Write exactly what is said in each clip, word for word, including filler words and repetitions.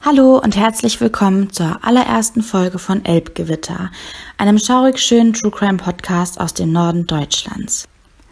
Hallo und herzlich willkommen zur allerersten Folge von Elbgewitter, einem schaurig schönen True Crime Podcast aus dem Norden Deutschlands.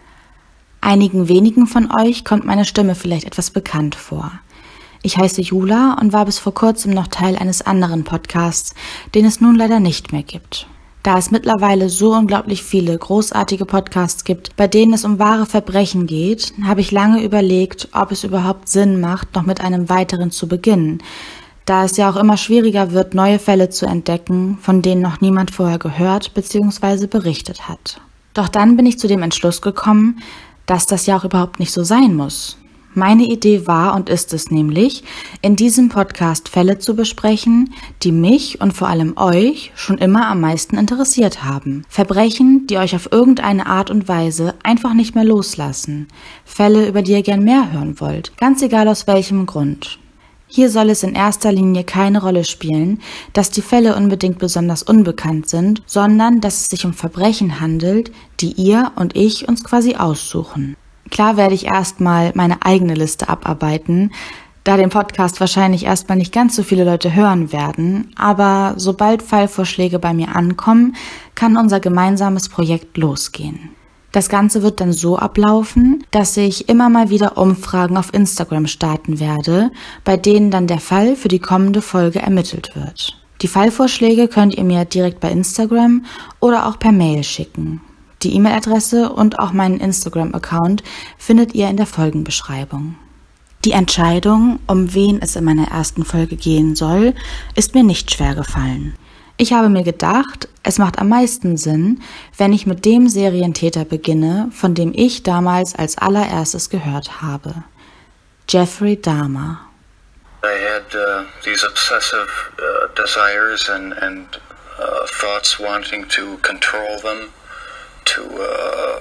Einigen wenigen von euch kommt meine Stimme vielleicht etwas bekannt vor. Ich heiße Jula und war bis vor kurzem noch Teil eines anderen Podcasts, den es nun leider nicht mehr gibt. Da es mittlerweile so unglaublich viele großartige Podcasts gibt, bei denen es um wahre Verbrechen geht, habe ich lange überlegt, ob es überhaupt Sinn macht, noch mit einem weiteren zu beginnen, da es ja auch immer schwieriger wird, neue Fälle zu entdecken, von denen noch niemand vorher gehört bzw. berichtet hat. Doch dann bin ich zu dem Entschluss gekommen, dass das ja auch überhaupt nicht so sein muss. Meine Idee war und ist es nämlich, in diesem Podcast Fälle zu besprechen, die mich und vor allem euch schon immer am meisten interessiert haben. Verbrechen, die euch auf irgendeine Art und Weise einfach nicht mehr loslassen. Fälle, über die ihr gern mehr hören wollt, ganz egal aus welchem Grund. Hier soll es in erster Linie keine Rolle spielen, dass die Fälle unbedingt besonders unbekannt sind, sondern dass es sich um Verbrechen handelt, die ihr und ich uns quasi aussuchen. Klar werde ich erstmal meine eigene Liste abarbeiten, da den Podcast wahrscheinlich erstmal nicht ganz so viele Leute hören werden, aber sobald Fallvorschläge bei mir ankommen, kann unser gemeinsames Projekt losgehen. Das Ganze wird dann so ablaufen, dass ich immer mal wieder Umfragen auf Instagram starten werde, bei denen dann der Fall für die kommende Folge ermittelt wird. Die Fallvorschläge könnt ihr mir direkt bei Instagram oder auch per Mail schicken. Die E-Mail-Adresse und auch meinen Instagram-Account findet ihr in der Folgenbeschreibung. Die Entscheidung, um wen es in meiner ersten Folge gehen soll, ist mir nicht schwer gefallen. Ich habe mir gedacht, es macht am meisten Sinn, wenn ich mit dem Serientäter beginne, von dem ich damals als allererstes gehört habe. Jeffrey Dahmer. I had uh, these obsessive uh, desires and, and uh, thoughts wanting to control them, to, uh,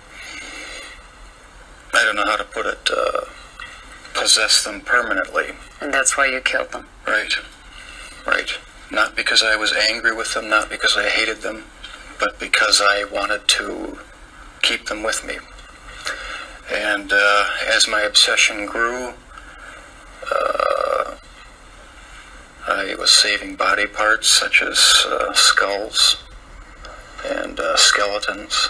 I don't know how to put it, uh, possess them permanently. And that's why you killed them? Right, right. Not because I was angry with them, not because I hated them, but because I wanted to keep them with me. And uh, as my obsession grew, uh, I was saving body parts such as uh, skulls and uh, skeletons.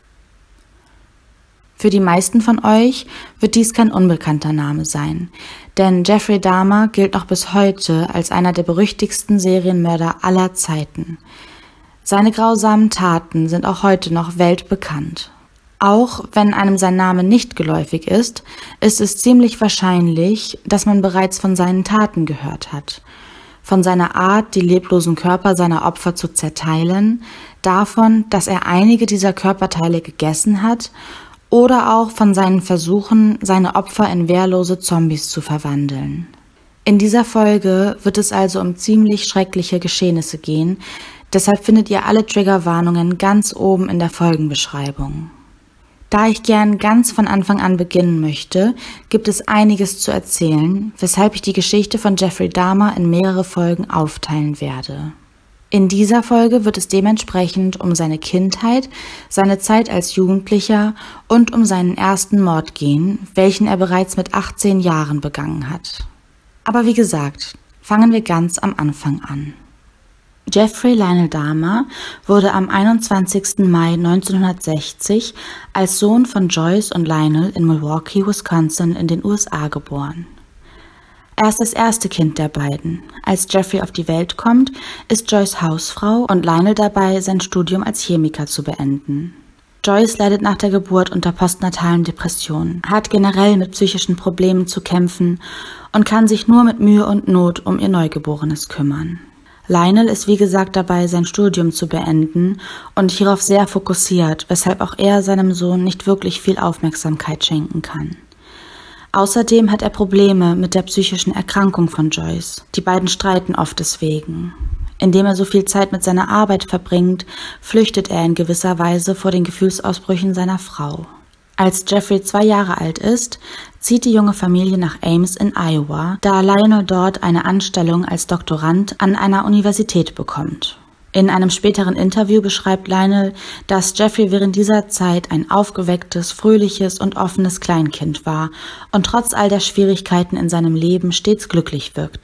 Für die meisten von euch wird dies kein unbekannter Name sein, denn Jeffrey Dahmer gilt noch bis heute als einer der berüchtigsten Serienmörder aller Zeiten. Seine grausamen Taten sind auch heute noch weltbekannt. Auch wenn einem sein Name nicht geläufig ist, ist es ziemlich wahrscheinlich, dass man bereits von seinen Taten gehört hat. Von seiner Art, die leblosen Körper seiner Opfer zu zerteilen, davon, dass er einige dieser Körperteile gegessen hat, oder auch von seinen Versuchen, seine Opfer in wehrlose Zombies zu verwandeln. In dieser Folge wird es also um ziemlich schreckliche Geschehnisse gehen, deshalb findet ihr alle Triggerwarnungen ganz oben in der Folgenbeschreibung. Da ich gern ganz von Anfang an beginnen möchte, gibt es einiges zu erzählen, weshalb ich die Geschichte von Jeffrey Dahmer in mehrere Folgen aufteilen werde. In dieser Folge wird es dementsprechend um seine Kindheit, seine Zeit als Jugendlicher und um seinen ersten Mord gehen, welchen er bereits mit achtzehn Jahren begangen hat. Aber wie gesagt, fangen wir ganz am Anfang an. Jeffrey Lionel Dahmer wurde am einundzwanzigsten Mai neunzehnhundertsechzig als Sohn von Joyce und Lionel in Milwaukee, Wisconsin in den U S A geboren. Er ist das erste Kind der beiden. Als Jeffrey auf die Welt kommt, ist Joyce Hausfrau und Lionel dabei, sein Studium als Chemiker zu beenden. Joyce leidet nach der Geburt unter postnatalen Depressionen, hat generell mit psychischen Problemen zu kämpfen und kann sich nur mit Mühe und Not um ihr Neugeborenes kümmern. Lionel ist wie gesagt dabei, sein Studium zu beenden und hierauf sehr fokussiert, weshalb auch er seinem Sohn nicht wirklich viel Aufmerksamkeit schenken kann. Außerdem hat er Probleme mit der psychischen Erkrankung von Joyce. Die beiden streiten oft deswegen. Indem er so viel Zeit mit seiner Arbeit verbringt, flüchtet er in gewisser Weise vor den Gefühlsausbrüchen seiner Frau. Als Jeffrey zwei Jahre alt ist, zieht die junge Familie nach Ames in Iowa, da Lionel dort eine Anstellung als Doktorand an einer Universität bekommt. In einem späteren Interview beschreibt Lionel, dass Jeffrey während dieser Zeit ein aufgewecktes, fröhliches und offenes Kleinkind war und trotz all der Schwierigkeiten in seinem Leben stets glücklich wirkte.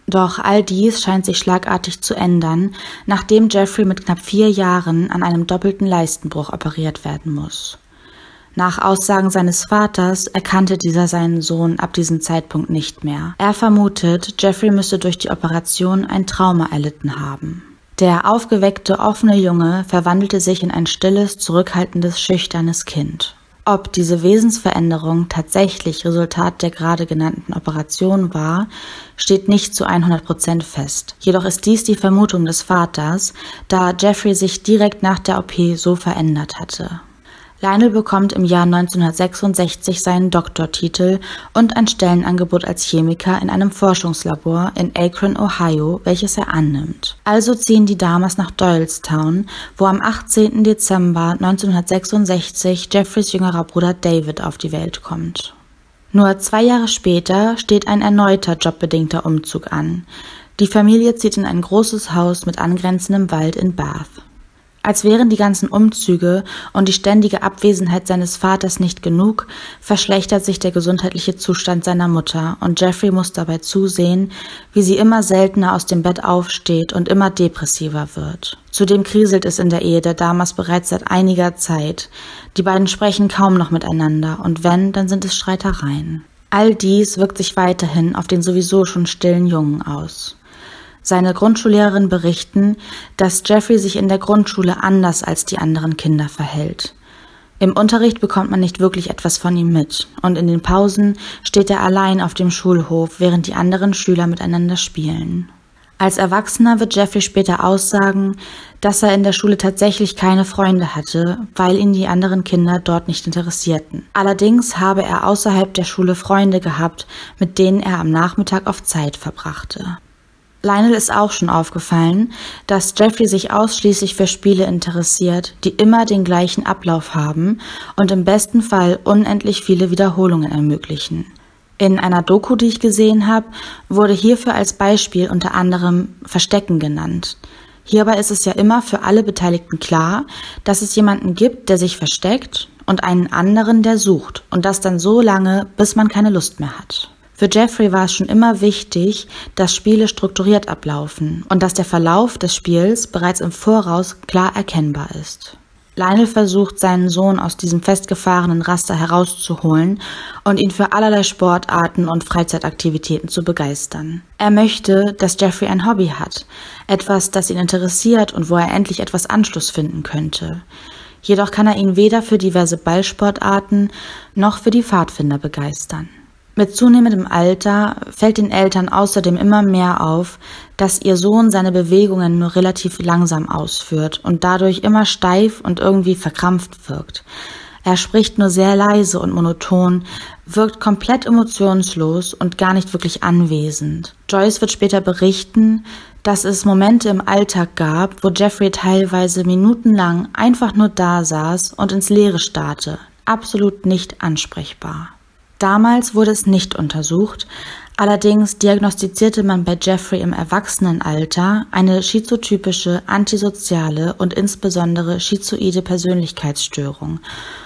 Doch all dies scheint sich schlagartig zu ändern, nachdem Jeffrey mit knapp vier Jahren an einem doppelten Leistenbruch operiert werden muss. Nach Aussagen seines Vaters erkannte dieser seinen Sohn ab diesem Zeitpunkt nicht mehr. Er vermutet, Jeffrey müsse durch die Operation ein Trauma erlitten haben. Der aufgeweckte, offene Junge verwandelte sich in ein stilles, zurückhaltendes, schüchternes Kind. Ob diese Wesensveränderung tatsächlich Resultat der gerade genannten Operation war, steht nicht zu hundert Prozent fest. Jedoch ist dies die Vermutung des Vaters, da Jeffrey sich direkt nach der O P so verändert hatte. Lionel bekommt im Jahr neunzehnhundertsechsundsechzig seinen Doktortitel und ein Stellenangebot als Chemiker in einem Forschungslabor in Akron, Ohio, welches er annimmt. Also ziehen die Damas nach Doylestown, wo am achtzehnten Dezember neunzehnhundertsechsundsechzig Jeffreys jüngerer Bruder David auf die Welt kommt. Nur zwei Jahre später steht ein erneuter jobbedingter Umzug an. Die Familie zieht in ein großes Haus mit angrenzendem Wald in Bath. Als wären die ganzen Umzüge und die ständige Abwesenheit seines Vaters nicht genug, verschlechtert sich der gesundheitliche Zustand seiner Mutter und Jeffrey muss dabei zusehen, wie sie immer seltener aus dem Bett aufsteht und immer depressiver wird. Zudem kriselt es in der Ehe der Damas bereits seit einiger Zeit. Die beiden sprechen kaum noch miteinander und wenn, dann sind es Streitereien. All dies wirkt sich weiterhin auf den sowieso schon stillen Jungen aus. Seine Grundschullehrerin berichten, dass Jeffrey sich in der Grundschule anders als die anderen Kinder verhält. Im Unterricht bekommt man nicht wirklich etwas von ihm mit und in den Pausen steht er allein auf dem Schulhof, während die anderen Schüler miteinander spielen. Als Erwachsener wird Jeffrey später aussagen, dass er in der Schule tatsächlich keine Freunde hatte, weil ihn die anderen Kinder dort nicht interessierten. Allerdings habe er außerhalb der Schule Freunde gehabt, mit denen er am Nachmittag oft Zeit verbrachte. Lionel ist auch schon aufgefallen, dass Jeffrey sich ausschließlich für Spiele interessiert, die immer den gleichen Ablauf haben und im besten Fall unendlich viele Wiederholungen ermöglichen. In einer Doku, die ich gesehen habe, wurde hierfür als Beispiel unter anderem Verstecken genannt. Hierbei ist es ja immer für alle Beteiligten klar, dass es jemanden gibt, der sich versteckt und einen anderen, der sucht und das dann so lange, bis man keine Lust mehr hat. Für Jeffrey war es schon immer wichtig, dass Spiele strukturiert ablaufen und dass der Verlauf des Spiels bereits im Voraus klar erkennbar ist. Lionel versucht, seinen Sohn aus diesem festgefahrenen Raster herauszuholen und ihn für allerlei Sportarten und Freizeitaktivitäten zu begeistern. Er möchte, dass Jeffrey ein Hobby hat, etwas, das ihn interessiert und wo er endlich etwas Anschluss finden könnte. Jedoch kann er ihn weder für diverse Ballsportarten noch für die Pfadfinder begeistern. Mit zunehmendem Alter fällt den Eltern außerdem immer mehr auf, dass ihr Sohn seine Bewegungen nur relativ langsam ausführt und dadurch immer steif und irgendwie verkrampft wirkt. Er spricht nur sehr leise und monoton, wirkt komplett emotionslos und gar nicht wirklich anwesend. Joyce wird später berichten, dass es Momente im Alltag gab, wo Jeffrey teilweise minutenlang einfach nur da saß und ins Leere starrte, absolut nicht ansprechbar. Damals wurde es nicht untersucht, allerdings diagnostizierte man bei Jeffrey im Erwachsenenalter eine schizotypische, antisoziale und insbesondere schizoide Persönlichkeitsstörung.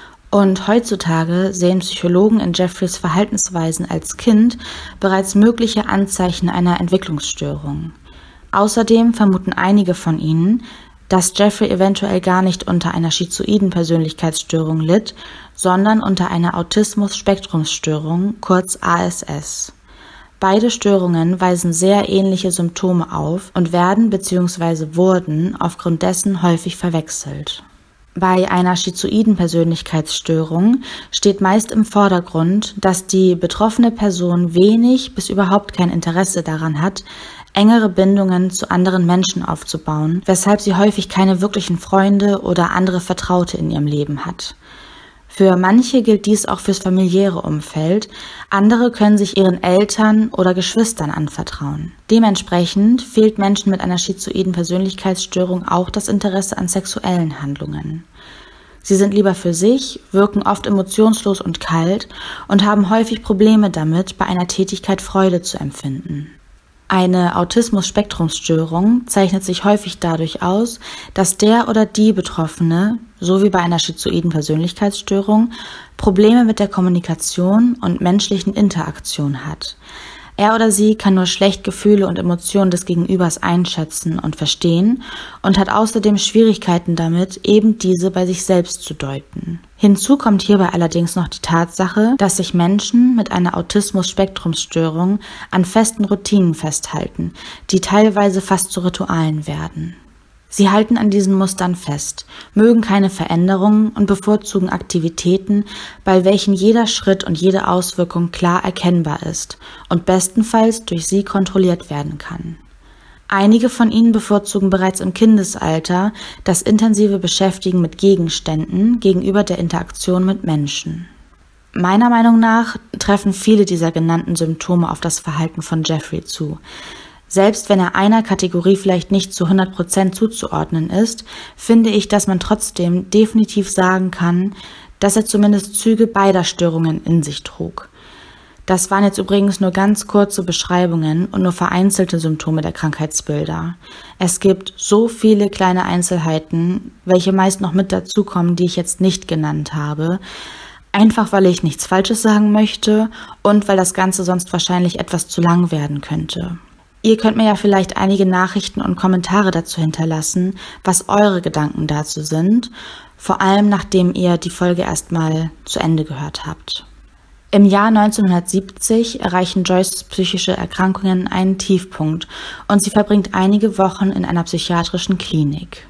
Und heutzutage sehen Psychologen in Jeffreys Verhaltensweisen als Kind bereits mögliche Anzeichen einer Entwicklungsstörung. Außerdem vermuten einige von ihnen, dass Jeffrey eventuell gar nicht unter einer schizoiden Persönlichkeitsstörung litt, sondern unter einer Autismus-Spektrumsstörung, kurz A S S. Beide Störungen weisen sehr ähnliche Symptome auf und werden bzw. wurden aufgrund dessen häufig verwechselt. Bei einer schizoiden Persönlichkeitsstörung steht meist im Vordergrund, dass die betroffene Person wenig bis überhaupt kein Interesse daran hat, engere Bindungen zu anderen Menschen aufzubauen, weshalb sie häufig keine wirklichen Freunde oder andere Vertraute in ihrem Leben hat. Für manche gilt dies auch fürs familiäre Umfeld, andere können sich ihren Eltern oder Geschwistern anvertrauen. Dementsprechend fehlt Menschen mit einer schizoiden Persönlichkeitsstörung auch das Interesse an sexuellen Handlungen. Sie sind lieber für sich, wirken oft emotionslos und kalt und haben häufig Probleme damit, bei einer Tätigkeit Freude zu empfinden. Eine Autismus-Spektrumsstörung zeichnet sich häufig dadurch aus, dass der oder die Betroffene, so wie bei einer schizoiden Persönlichkeitsstörung, Probleme mit der Kommunikation und menschlichen Interaktion hat. Er oder sie kann nur schlecht Gefühle und Emotionen des Gegenübers einschätzen und verstehen und hat außerdem Schwierigkeiten damit, eben diese bei sich selbst zu deuten. Hinzu kommt hierbei allerdings noch die Tatsache, dass sich Menschen mit einer Autismus-Spektrumsstörung an festen Routinen festhalten, die teilweise fast zu Ritualen werden. Sie halten an diesen Mustern fest, mögen keine Veränderungen und bevorzugen Aktivitäten, bei welchen jeder Schritt und jede Auswirkung klar erkennbar ist und bestenfalls durch sie kontrolliert werden kann. Einige von ihnen bevorzugen bereits im Kindesalter das intensive Beschäftigen mit Gegenständen gegenüber der Interaktion mit Menschen. Meiner Meinung nach treffen viele dieser genannten Symptome auf das Verhalten von Jeffrey zu. Selbst wenn er einer Kategorie vielleicht nicht zu hundert Prozent zuzuordnen ist, finde ich, dass man trotzdem definitiv sagen kann, dass er zumindest Züge beider Störungen in sich trug. Das waren jetzt übrigens nur ganz kurze Beschreibungen und nur vereinzelte Symptome der Krankheitsbilder. Es gibt so viele kleine Einzelheiten, welche meist noch mit dazukommen, die ich jetzt nicht genannt habe, einfach weil ich nichts Falsches sagen möchte und weil das Ganze sonst wahrscheinlich etwas zu lang werden könnte. Ihr könnt mir ja vielleicht einige Nachrichten und Kommentare dazu hinterlassen, was eure Gedanken dazu sind, vor allem nachdem ihr die Folge erstmal zu Ende gehört habt. Im Jahr neunzehnhundertsiebzig erreichen Joyces psychische Erkrankungen einen Tiefpunkt und sie verbringt einige Wochen in einer psychiatrischen Klinik.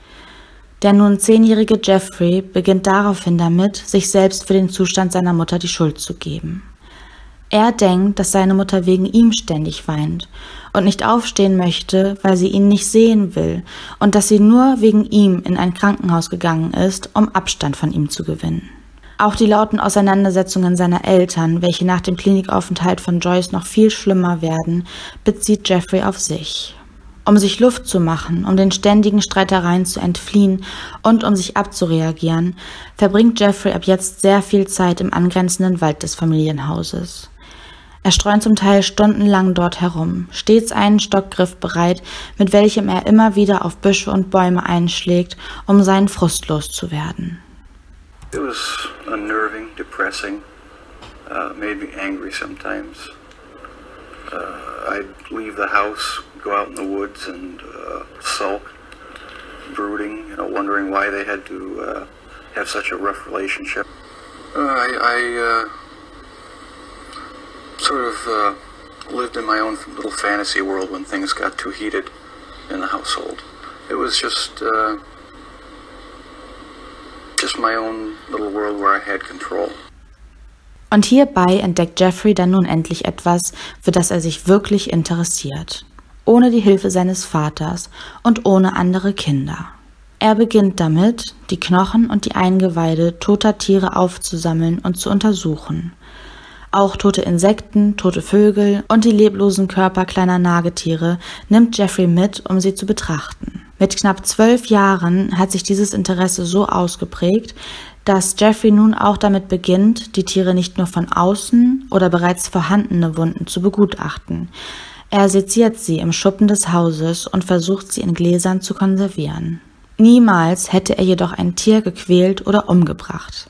Der nun zehnjährige Jeffrey beginnt daraufhin damit, sich selbst für den Zustand seiner Mutter die Schuld zu geben. Er denkt, dass seine Mutter wegen ihm ständig weint und nicht aufstehen möchte, weil sie ihn nicht sehen will und dass sie nur wegen ihm in ein Krankenhaus gegangen ist, um Abstand von ihm zu gewinnen. Auch die lauten Auseinandersetzungen seiner Eltern, welche nach dem Klinikaufenthalt von Joyce noch viel schlimmer werden, bezieht Jeffrey auf sich. Um sich Luft zu machen, um den ständigen Streitereien zu entfliehen und um sich abzureagieren, verbringt Jeffrey ab jetzt sehr viel Zeit im angrenzenden Wald des Familienhauses. Er streunt zum Teil stundenlang dort herum, stets einen Stock griffbereit, mit welchem er immer wieder auf Büsche und Bäume einschlägt, um seinen Frust loszuwerden. It was unnerving, depressing, uh, made me angry sometimes. Uh, I'd leave the house, go out in the woods and uh, sulk, brooding, you know, wondering why they had to uh, have such a rough relationship. Uh, I, I uh, sort of uh, lived in my own little fantasy world when things got too heated in the household. It was just, uh, just my own little world where I had control. Und hierbei entdeckt Jeffrey dann nun endlich etwas, für das er sich wirklich interessiert. Ohne die Hilfe seines Vaters und ohne andere Kinder. Er beginnt damit, die Knochen und die Eingeweide toter Tiere aufzusammeln und zu untersuchen. Auch tote Insekten, tote Vögel und die leblosen Körper kleiner Nagetiere nimmt Jeffrey mit, um sie zu betrachten. Mit knapp zwölf Jahren hat sich dieses Interesse so ausgeprägt, dass Jeffrey nun auch damit beginnt, die Tiere nicht nur von außen oder bereits vorhandene Wunden zu begutachten. Er seziert sie im Schuppen des Hauses und versucht sie in Gläsern zu konservieren. Niemals hätte er jedoch ein Tier gequält oder umgebracht.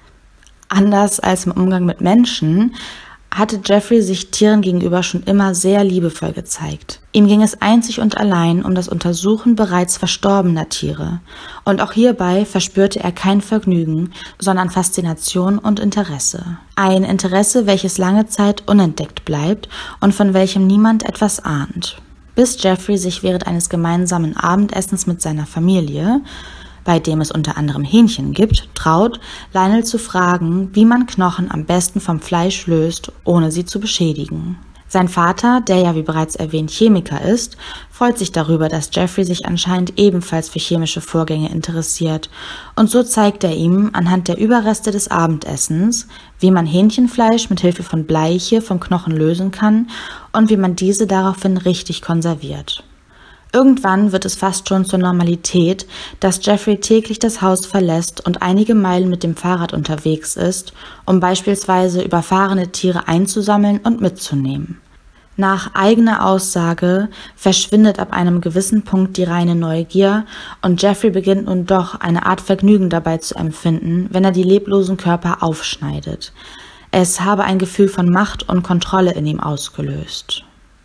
Anders als im Umgang mit Menschen hatte Jeffrey sich Tieren gegenüber schon immer sehr liebevoll gezeigt. Ihm ging es einzig und allein um das Untersuchen bereits verstorbener Tiere. Und auch hierbei verspürte er kein Vergnügen, sondern Faszination und Interesse. Ein Interesse, welches lange Zeit unentdeckt bleibt und von welchem niemand etwas ahnt. Bis Jeffrey sich während eines gemeinsamen Abendessens mit seiner Familie, bei dem es unter anderem Hähnchen gibt, traut, Lionel zu fragen, wie man Knochen am besten vom Fleisch löst, ohne sie zu beschädigen. Sein Vater, der ja wie bereits erwähnt Chemiker ist, freut sich darüber, dass Jeffrey sich anscheinend ebenfalls für chemische Vorgänge interessiert, und so zeigt er ihm anhand der Überreste des Abendessens, wie man Hähnchenfleisch mit Hilfe von Bleiche vom Knochen lösen kann und wie man diese daraufhin richtig konserviert. Irgendwann wird es fast schon zur Normalität, dass Jeffrey täglich das Haus verlässt und einige Meilen mit dem Fahrrad unterwegs ist, um beispielsweise überfahrene Tiere einzusammeln und mitzunehmen. Nach eigener Aussage verschwindet ab einem gewissen Punkt die reine Neugier und Jeffrey beginnt nun doch eine Art Vergnügen dabei zu empfinden, wenn er die leblosen Körper aufschneidet. Es habe ein Gefühl von Macht und Kontrolle in ihm ausgelöst.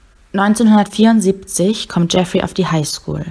neunzehnhundertvierundsiebzig kommt Jeffrey auf die Highschool.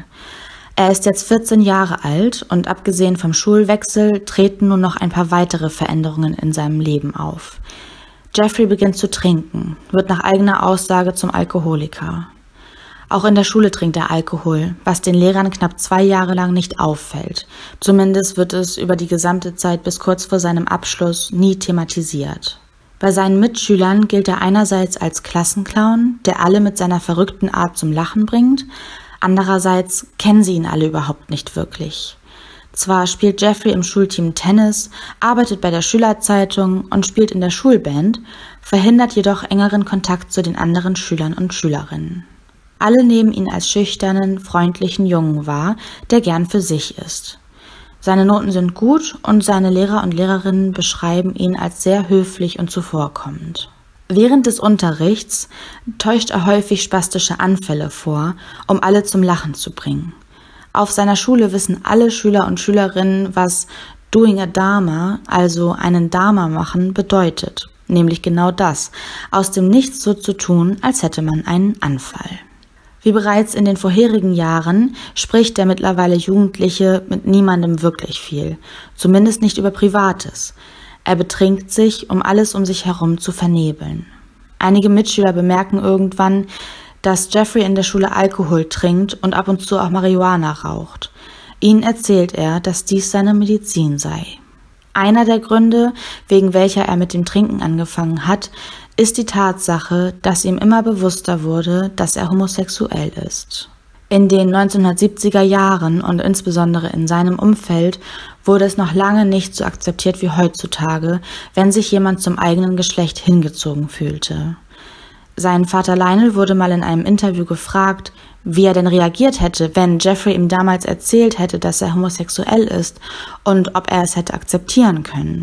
Er ist jetzt vierzehn Jahre alt und abgesehen vom Schulwechsel treten nun noch ein paar weitere Veränderungen in seinem Leben auf. Jeffrey beginnt zu trinken, wird nach eigener Aussage zum Alkoholiker. Auch in der Schule trinkt er Alkohol, was den Lehrern knapp zwei Jahre lang nicht auffällt. Zumindest wird es über die gesamte Zeit bis kurz vor seinem Abschluss nie thematisiert. Bei seinen Mitschülern gilt er einerseits als Klassenclown, der alle mit seiner verrückten Art zum Lachen bringt, andererseits kennen sie ihn alle überhaupt nicht wirklich. Zwar spielt Jeffrey im Schulteam Tennis, arbeitet bei der Schülerzeitung und spielt in der Schulband, verhindert jedoch engeren Kontakt zu den anderen Schülern und Schülerinnen. Alle nehmen ihn als schüchternen, freundlichen Jungen wahr, der gern für sich ist. Seine Noten sind gut und seine Lehrer und Lehrerinnen beschreiben ihn als sehr höflich und zuvorkommend. Während des Unterrichts täuscht er häufig spastische Anfälle vor, um alle zum Lachen zu bringen. Auf seiner Schule wissen alle Schüler und Schülerinnen, was doing a Dharma, also einen Dharma machen, bedeutet. Nämlich genau das, aus dem Nichts so zu tun, als hätte man einen Anfall. Wie bereits in den vorherigen Jahren spricht der mittlerweile Jugendliche mit niemandem wirklich viel, zumindest nicht über Privates. Er betrinkt sich, um alles um sich herum zu vernebeln. Einige Mitschüler bemerken irgendwann, dass Jeffrey in der Schule Alkohol trinkt und ab und zu auch Marihuana raucht. Ihnen erzählt er, dass dies seine Medizin sei. Einer der Gründe, wegen welcher er mit dem Trinken angefangen hat, ist die Tatsache, dass ihm immer bewusster wurde, dass er homosexuell ist. In den neunzehnhundertsiebziger Jahren und insbesondere in seinem Umfeld wurde es noch lange nicht so akzeptiert wie heutzutage, wenn sich jemand zum eigenen Geschlecht hingezogen fühlte. Sein Vater Lionel wurde mal in einem Interview gefragt, wie er denn reagiert hätte, wenn Jeffrey ihm damals erzählt hätte, dass er homosexuell ist und ob er es hätte akzeptieren können.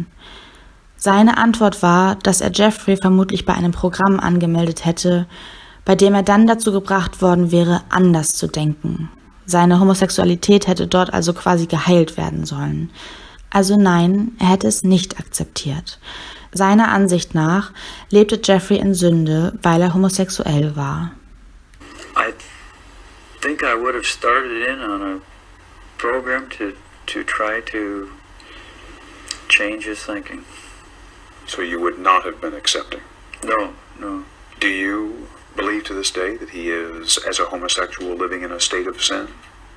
Seine Antwort war, dass er Jeffrey vermutlich bei einem Programm angemeldet hätte, bei dem er dann dazu gebracht worden wäre, anders zu denken. Seine Homosexualität hätte dort also quasi geheilt werden sollen. Also nein, er hätte es nicht akzeptiert. Seiner Ansicht nach lebte Jeffrey in Sünde, weil er homosexuell war. I think I would have started in on a program to to try to change his thinking. So you would not have been accepting? No, no. Do you believe to this day that he is, as a homosexual, living in a state of sin?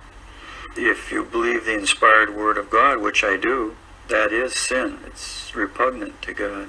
If you believe the inspired word of God, which I do, that is sin. It's repugnant to God.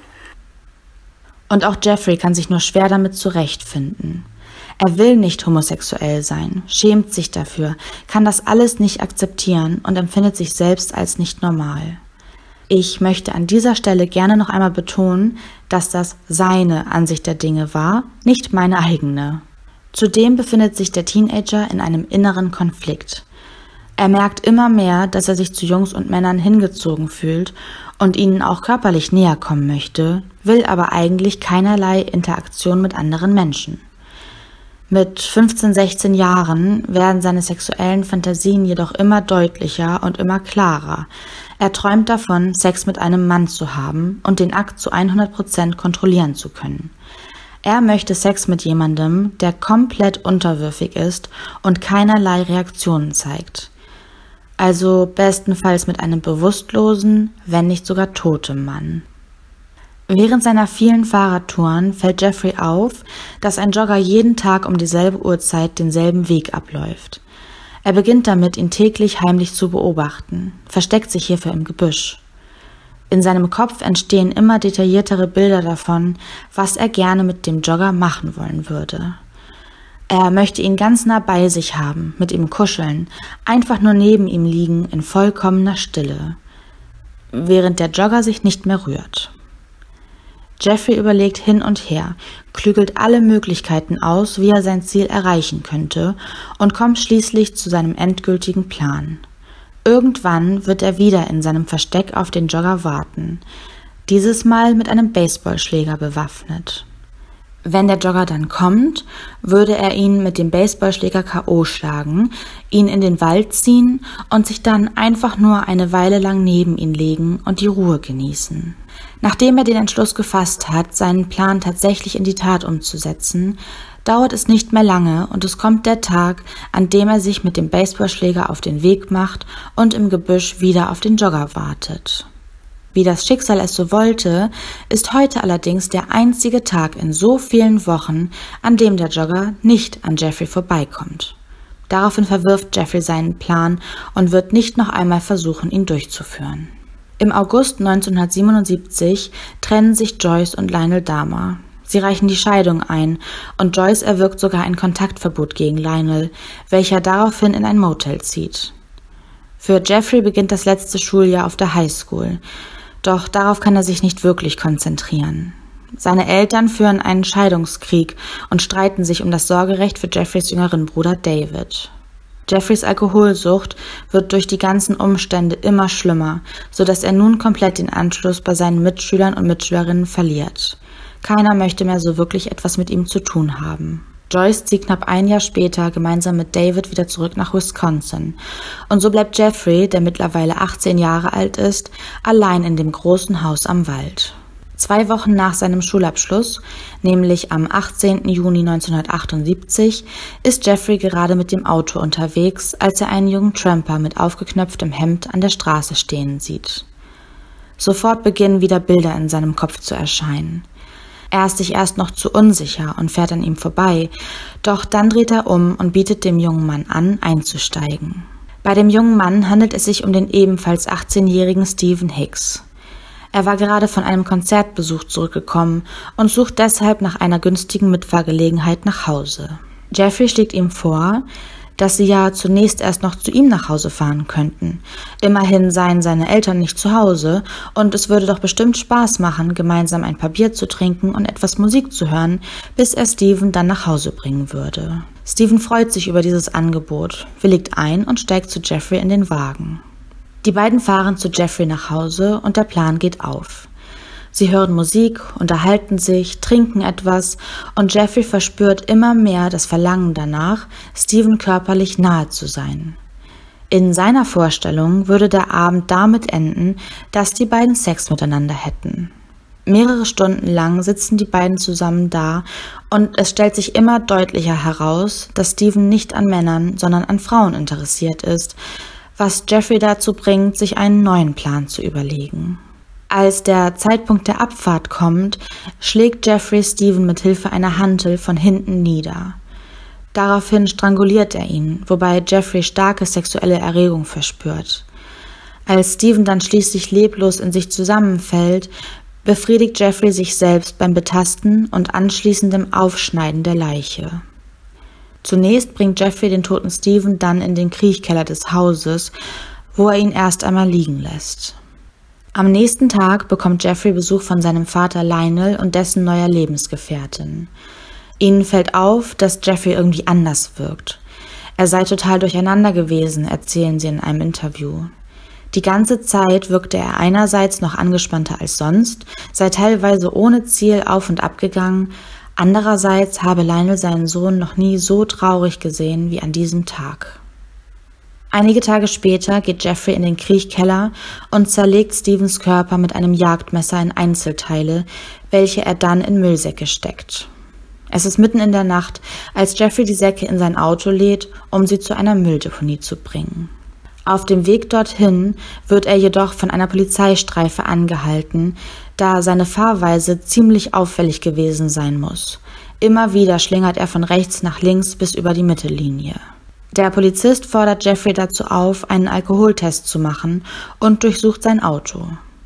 Und auch Jeffrey kann sich nur schwer damit zurechtfinden. Er will nicht homosexuell sein, schämt sich dafür, kann das alles nicht akzeptieren und empfindet sich selbst als nicht normal. Ich möchte an dieser Stelle gerne noch einmal betonen, dass das seine Ansicht der Dinge war, nicht meine eigene. Zudem befindet sich der Teenager in einem inneren Konflikt. Er merkt immer mehr, dass er sich zu Jungs und Männern hingezogen fühlt und ihnen auch körperlich näher kommen möchte, will aber eigentlich keinerlei Interaktion mit anderen Menschen. Mit fünfzehn, sechzehn Jahren werden seine sexuellen Fantasien jedoch immer deutlicher und immer klarer. Er träumt davon, Sex mit einem Mann zu haben und den Akt zu hundert Prozent kontrollieren zu können. Er möchte Sex mit jemandem, der komplett unterwürfig ist und keinerlei Reaktionen zeigt. Also bestenfalls mit einem bewusstlosen, wenn nicht sogar totem Mann. Während seiner vielen Fahrradtouren fällt Jeffrey auf, dass ein Jogger jeden Tag um dieselbe Uhrzeit denselben Weg abläuft. Er beginnt damit, ihn täglich heimlich zu beobachten, versteckt sich hierfür im Gebüsch. In seinem Kopf entstehen immer detailliertere Bilder davon, was er gerne mit dem Jogger machen wollen würde. Er möchte ihn ganz nah bei sich haben, mit ihm kuscheln, einfach nur neben ihm liegen in vollkommener Stille, während der Jogger sich nicht mehr rührt. Jeffrey überlegt hin und her, klügelt alle Möglichkeiten aus, wie er sein Ziel erreichen könnte und kommt schließlich zu seinem endgültigen Plan. Irgendwann wird er wieder in seinem Versteck auf den Jogger warten, dieses Mal mit einem Baseballschläger bewaffnet. Wenn der Jogger dann kommt, würde er ihn mit dem Baseballschläger K O schlagen, ihn in den Wald ziehen und sich dann einfach nur eine Weile lang neben ihn legen und die Ruhe genießen. Nachdem er den Entschluss gefasst hat, seinen Plan tatsächlich in die Tat umzusetzen, dauert es nicht mehr lange und es kommt der Tag, an dem er sich mit dem Baseballschläger auf den Weg macht und im Gebüsch wieder auf den Jogger wartet. Wie das Schicksal es so wollte, ist heute allerdings der einzige Tag in so vielen Wochen, an dem der Jogger nicht an Jeffrey vorbeikommt. Daraufhin verwirft Jeffrey seinen Plan und wird nicht noch einmal versuchen, ihn durchzuführen. Im August neunzehnhundertsiebenundsiebzig trennen sich Joyce und Lionel Dahmer. Sie reichen die Scheidung ein und Joyce erwirkt sogar ein Kontaktverbot gegen Lionel, welcher daraufhin in ein Motel zieht. Für Jeffrey beginnt das letzte Schuljahr auf der Highschool, doch darauf kann er sich nicht wirklich konzentrieren. Seine Eltern führen einen Scheidungskrieg und streiten sich um das Sorgerecht für Jeffreys jüngeren Bruder David. Jeffreys Alkoholsucht wird durch die ganzen Umstände immer schlimmer, sodass er nun komplett den Anschluss bei seinen Mitschülern und Mitschülerinnen verliert. Keiner möchte mehr so wirklich etwas mit ihm zu tun haben. Joyce zieht knapp ein Jahr später gemeinsam mit David wieder zurück nach Wisconsin. Und so bleibt Jeffrey, der mittlerweile achtzehn Jahre alt ist, allein in dem großen Haus am Wald. Zwei Wochen nach seinem Schulabschluss, nämlich am achtzehnten Juni neunzehnhundertachtundsiebzig, ist Jeffrey gerade mit dem Auto unterwegs, als er einen jungen Tramper mit aufgeknöpftem Hemd an der Straße stehen sieht. Sofort beginnen wieder Bilder in seinem Kopf zu erscheinen. Er ist sich erst noch zu unsicher und fährt an ihm vorbei, doch dann dreht er um und bietet dem jungen Mann an, einzusteigen. Bei dem jungen Mann handelt es sich um den ebenfalls achtzehnjährigen Stephen Hicks. Er war gerade von einem Konzertbesuch zurückgekommen und sucht deshalb nach einer günstigen Mitfahrgelegenheit nach Hause. Jeffrey schlägt ihm vor, dass sie ja zunächst erst noch zu ihm nach Hause fahren könnten. Immerhin seien seine Eltern nicht zu Hause und es würde doch bestimmt Spaß machen, gemeinsam ein paar Bier zu trinken und etwas Musik zu hören, bis er Stephen dann nach Hause bringen würde. Stephen freut sich über dieses Angebot, willigt ein und steigt zu Jeffrey in den Wagen. Die beiden fahren zu Jeffrey nach Hause und der Plan geht auf. Sie hören Musik, unterhalten sich, trinken etwas und Jeffrey verspürt immer mehr das Verlangen danach, Stephen körperlich nahe zu sein. In seiner Vorstellung würde der Abend damit enden, dass die beiden Sex miteinander hätten. Mehrere Stunden lang sitzen die beiden zusammen da und es stellt sich immer deutlicher heraus, dass Stephen nicht an Männern, sondern an Frauen interessiert ist, was Jeffrey dazu bringt, sich einen neuen Plan zu überlegen. Als der Zeitpunkt der Abfahrt kommt, schlägt Jeffrey Stephen mit Hilfe einer Hantel von hinten nieder. Daraufhin stranguliert er ihn, wobei Jeffrey starke sexuelle Erregung verspürt. Als Stephen dann schließlich leblos in sich zusammenfällt, befriedigt Jeffrey sich selbst beim Betasten und anschließendem Aufschneiden der Leiche. Zunächst bringt Jeffrey den toten Stephen dann in den Kriechkeller des Hauses, wo er ihn erst einmal liegen lässt. Am nächsten Tag bekommt Jeffrey Besuch von seinem Vater Lionel und dessen neuer Lebensgefährtin. Ihnen fällt auf, dass Jeffrey irgendwie anders wirkt. Er sei total durcheinander gewesen, erzählen sie in einem Interview. Die ganze Zeit wirkte er einerseits noch angespannter als sonst, sei teilweise ohne Ziel auf und ab gegangen, andererseits habe Lionel seinen Sohn noch nie so traurig gesehen wie an diesem Tag. Einige Tage später geht Jeffrey in den Kriechkeller und zerlegt Stephens Körper mit einem Jagdmesser in Einzelteile, welche er dann in Müllsäcke steckt. Es ist mitten in der Nacht, als Jeffrey die Säcke in sein Auto lädt, um sie zu einer Mülldeponie zu bringen. Auf dem Weg dorthin wird er jedoch von einer Polizeistreife angehalten, da seine Fahrweise ziemlich auffällig gewesen sein muss. Immer wieder schlingert er von rechts nach links bis über die Mittellinie. Der Polizist fordert Jeffrey dazu auf, einen Alkoholtest zu machen und durchsucht sein Auto.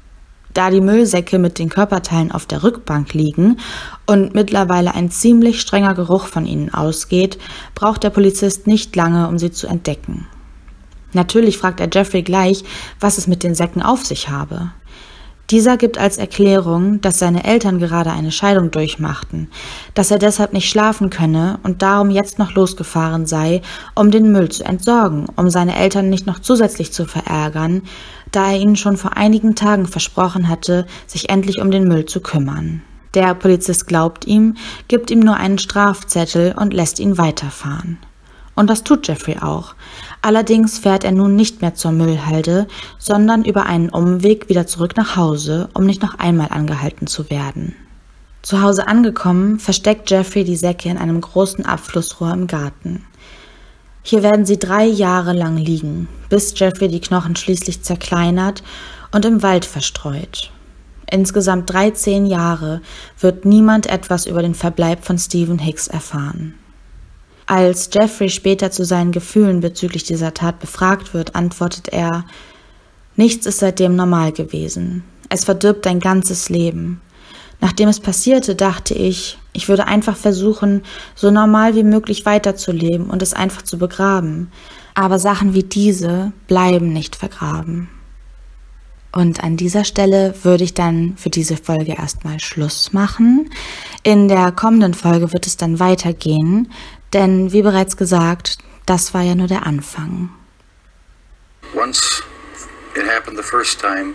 Da die Müllsäcke mit den Körperteilen auf der Rückbank liegen und mittlerweile ein ziemlich strenger Geruch von ihnen ausgeht, braucht der Polizist nicht lange, um sie zu entdecken. Natürlich fragt er Jeffrey gleich, was es mit den Säcken auf sich habe. Dieser gibt als Erklärung, dass seine Eltern gerade eine Scheidung durchmachten, dass er deshalb nicht schlafen könne und darum jetzt noch losgefahren sei, um den Müll zu entsorgen, um seine Eltern nicht noch zusätzlich zu verärgern, da er ihnen schon vor einigen Tagen versprochen hatte, sich endlich um den Müll zu kümmern. Der Polizist glaubt ihm, gibt ihm nur einen Strafzettel und lässt ihn weiterfahren. Und das tut Jeffrey auch. Allerdings fährt er nun nicht mehr zur Müllhalde, sondern über einen Umweg wieder zurück nach Hause, um nicht noch einmal angehalten zu werden. Zu Hause angekommen, versteckt Jeffrey die Säcke in einem großen Abflussrohr im Garten. Hier werden sie drei Jahre lang liegen, bis Jeffrey die Knochen schließlich zerkleinert und im Wald verstreut. Insgesamt dreizehn Jahre wird niemand etwas über den Verbleib von Stephen Hicks erfahren. Als Jeffrey später zu seinen Gefühlen bezüglich dieser Tat befragt wird, antwortet er: Nichts ist seitdem normal gewesen. Es verdirbt dein ganzes Leben. Nachdem es passierte, dachte ich, ich würde einfach versuchen, so normal wie möglich weiterzuleben und es einfach zu begraben. Aber Sachen wie diese bleiben nicht vergraben. Und an dieser Stelle würde ich dann für diese Folge erstmal Schluss machen. In der kommenden Folge wird es dann weitergehen, denn wie bereits gesagt, das war ja nur der Anfang. Once it happened the first time,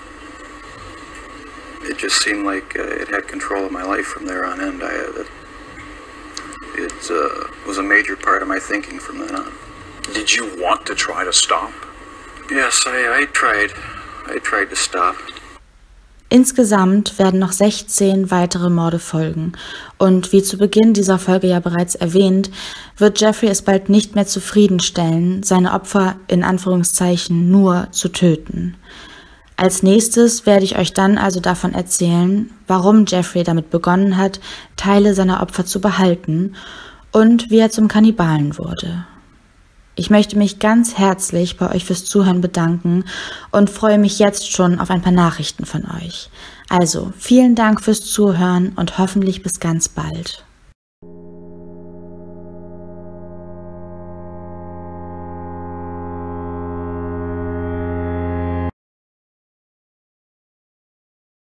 it just seemed like uh, it had control of my life from there on end. I, uh, it uh, was a major part of my thinking from then on. Did you want to try to stop? Yes, I, I tried. I tried to stop. Insgesamt werden noch sechzehn weitere Morde folgen und wie zu Beginn dieser Folge ja bereits erwähnt, wird Jeffrey es bald nicht mehr zufriedenstellen, seine Opfer in Anführungszeichen nur zu töten. Als nächstes werde ich euch dann also davon erzählen, warum Jeffrey damit begonnen hat, Teile seiner Opfer zu behalten und wie er zum Kannibalen wurde. Ich möchte mich ganz herzlich bei euch fürs Zuhören bedanken und freue mich jetzt schon auf ein paar Nachrichten von euch. Also, vielen Dank fürs Zuhören und hoffentlich bis ganz bald.